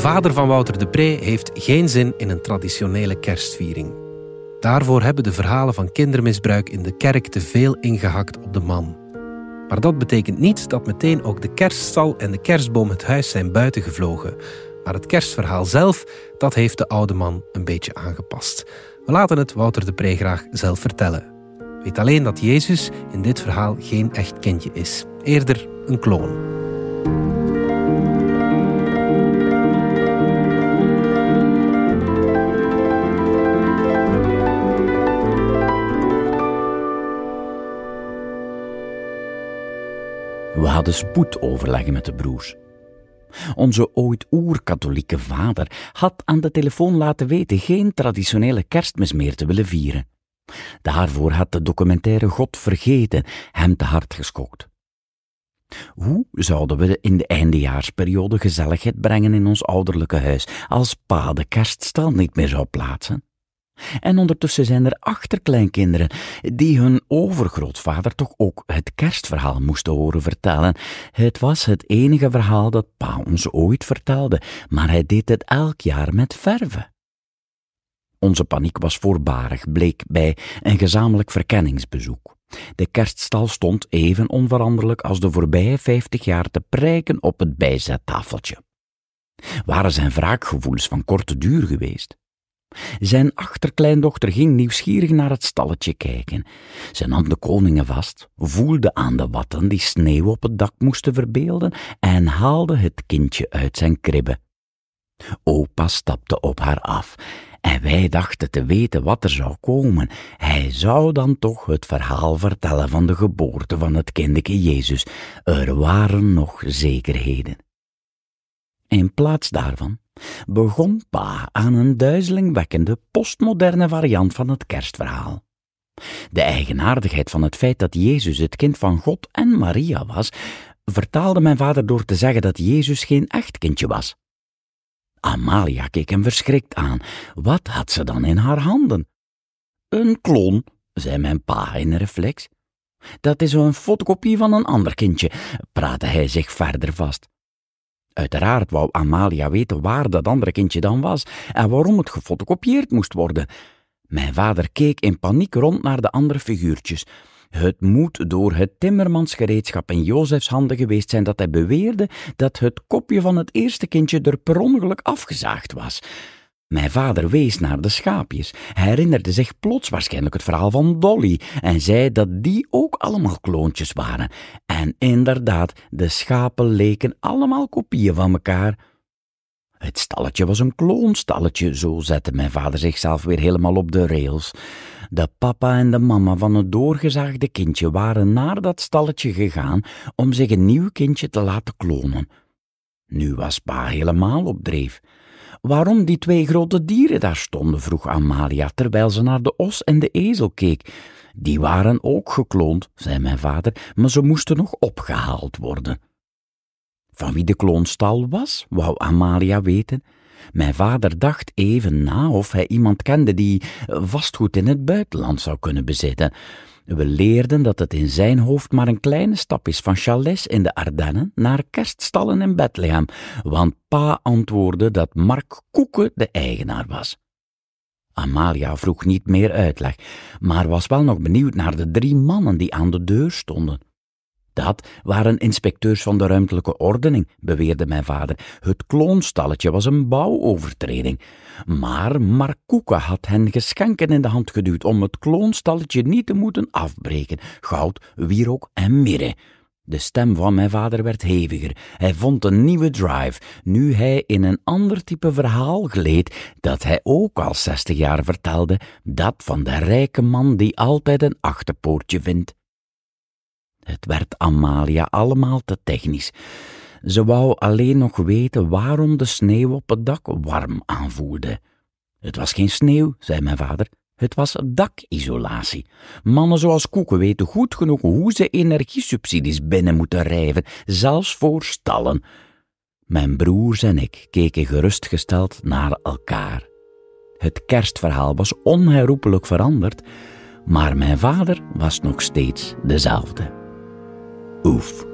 vader van Wouter de Pre heeft geen zin in een traditionele kerstviering. Daarvoor hebben de verhalen van kindermisbruik in de kerk te veel ingehakt op de man. Maar dat betekent niet dat meteen ook de kerststal en de kerstboom het huis zijn buitengevlogen. Maar het kerstverhaal zelf, dat heeft de oude man een beetje aangepast. We laten het Wouter de Pre graag zelf vertellen. Weet alleen dat Jezus in dit verhaal geen echt kindje is. Eerder een kloon. We hadden spoedoverleggen met de broers. Onze ooit oer-katholieke vader had aan de telefoon laten weten geen traditionele kerstmis meer te willen vieren. Daarvoor had de documentaire God vergeten hem te hard geschokt. Hoe zouden we in de eindejaarsperiode gezelligheid brengen in ons ouderlijke huis als pa de kerststal niet meer zou plaatsen? En ondertussen zijn er achterkleinkinderen die hun overgrootvader toch ook het kerstverhaal moesten horen vertellen. Het was het enige verhaal dat pa ons ooit vertelde, maar hij deed het elk jaar met verve. Onze paniek was voorbarig, bleek bij een gezamenlijk verkenningsbezoek. De kerststal stond even onveranderlijk als de voorbije 50 jaar te prijken op het bijzettafeltje. Waren zijn wraakgevoelens van korte duur geweest? Zijn achterkleindochter ging nieuwsgierig naar het stalletje kijken. Ze nam de koningen vast, voelde aan de watten die sneeuw op het dak moesten verbeelden en haalde het kindje uit zijn kribbe. Opa stapte op haar af en wij dachten te weten wat er zou komen. Hij zou dan toch het verhaal vertellen van de geboorte van het kindje Jezus. Er waren nog zekerheden. In plaats daarvan begon pa aan een duizelingwekkende postmoderne variant van het kerstverhaal. De eigenaardigheid van het feit dat Jezus het kind van God en Maria was, vertaalde mijn vader door te zeggen dat Jezus geen echt kindje was. Amalia keek hem verschrikt aan. Wat had ze dan in haar handen? Een kloon, zei mijn pa in reflex. Dat is een fotocopie van een ander kindje, praatte hij zich verder vast. Uiteraard wou Amalia weten waar dat andere kindje dan was en waarom het gefotocopieerd moest worden. Mijn vader keek in paniek rond naar de andere figuurtjes. Het moet door het timmermansgereedschap in Jozefs handen geweest zijn dat hij beweerde dat het kopje van het eerste kindje er per ongeluk afgezaagd was. Mijn vader wees naar de schaapjes. Hij herinnerde zich plots waarschijnlijk het verhaal van Dolly en zei dat die ook allemaal kloontjes waren. En inderdaad, de schapen leken allemaal kopieën van elkaar. Het stalletje was een kloonstalletje, zo zette mijn vader zichzelf weer helemaal op de rails. De papa en de mama van het doorgezaagde kindje waren naar dat stalletje gegaan om zich een nieuw kindje te laten klonen. Nu was pa helemaal op dreef. Waarom die twee grote dieren daar stonden, vroeg Amalia, terwijl ze naar de os en de ezel keek. Die waren ook gekloond, zei mijn vader, maar ze moesten nog opgehaald worden. Van wie de kloonstal was, wou Amalia weten. Mijn vader dacht even na of hij iemand kende die vastgoed in het buitenland zou kunnen bezitten. We leerden dat het in zijn hoofd maar een kleine stap is van chalets in de Ardennen naar kerststallen in Bethlehem, want pa antwoordde dat Mark Koeken de eigenaar was. Amalia vroeg niet meer uitleg, maar was wel nog benieuwd naar de 3 mannen die aan de deur stonden. Dat waren inspecteurs van de ruimtelijke ordening, beweerde mijn vader. Het kloonstalletje was een bouwovertreding. Maar Mark Koeken had hen geschenken in de hand geduwd om het kloonstalletje niet te moeten afbreken. Goud, wierook en mirre. De stem van mijn vader werd heviger. Hij vond een nieuwe drive, nu hij in een ander type verhaal gleed, dat hij ook al 60 jaar vertelde, dat van de rijke man die altijd een achterpoortje vindt. Het werd Amalia allemaal te technisch. Ze wou alleen nog weten waarom de sneeuw op het dak warm aanvoelde. Het was geen sneeuw, zei mijn vader. Het was dakisolatie. Mannen zoals Koeken weten goed genoeg hoe ze energiesubsidies binnen moeten rijven, zelfs voor stallen. Mijn broers en ik keken gerustgesteld naar elkaar. Het kerstverhaal was onherroepelijk veranderd, maar mijn vader was nog steeds dezelfde. Oef.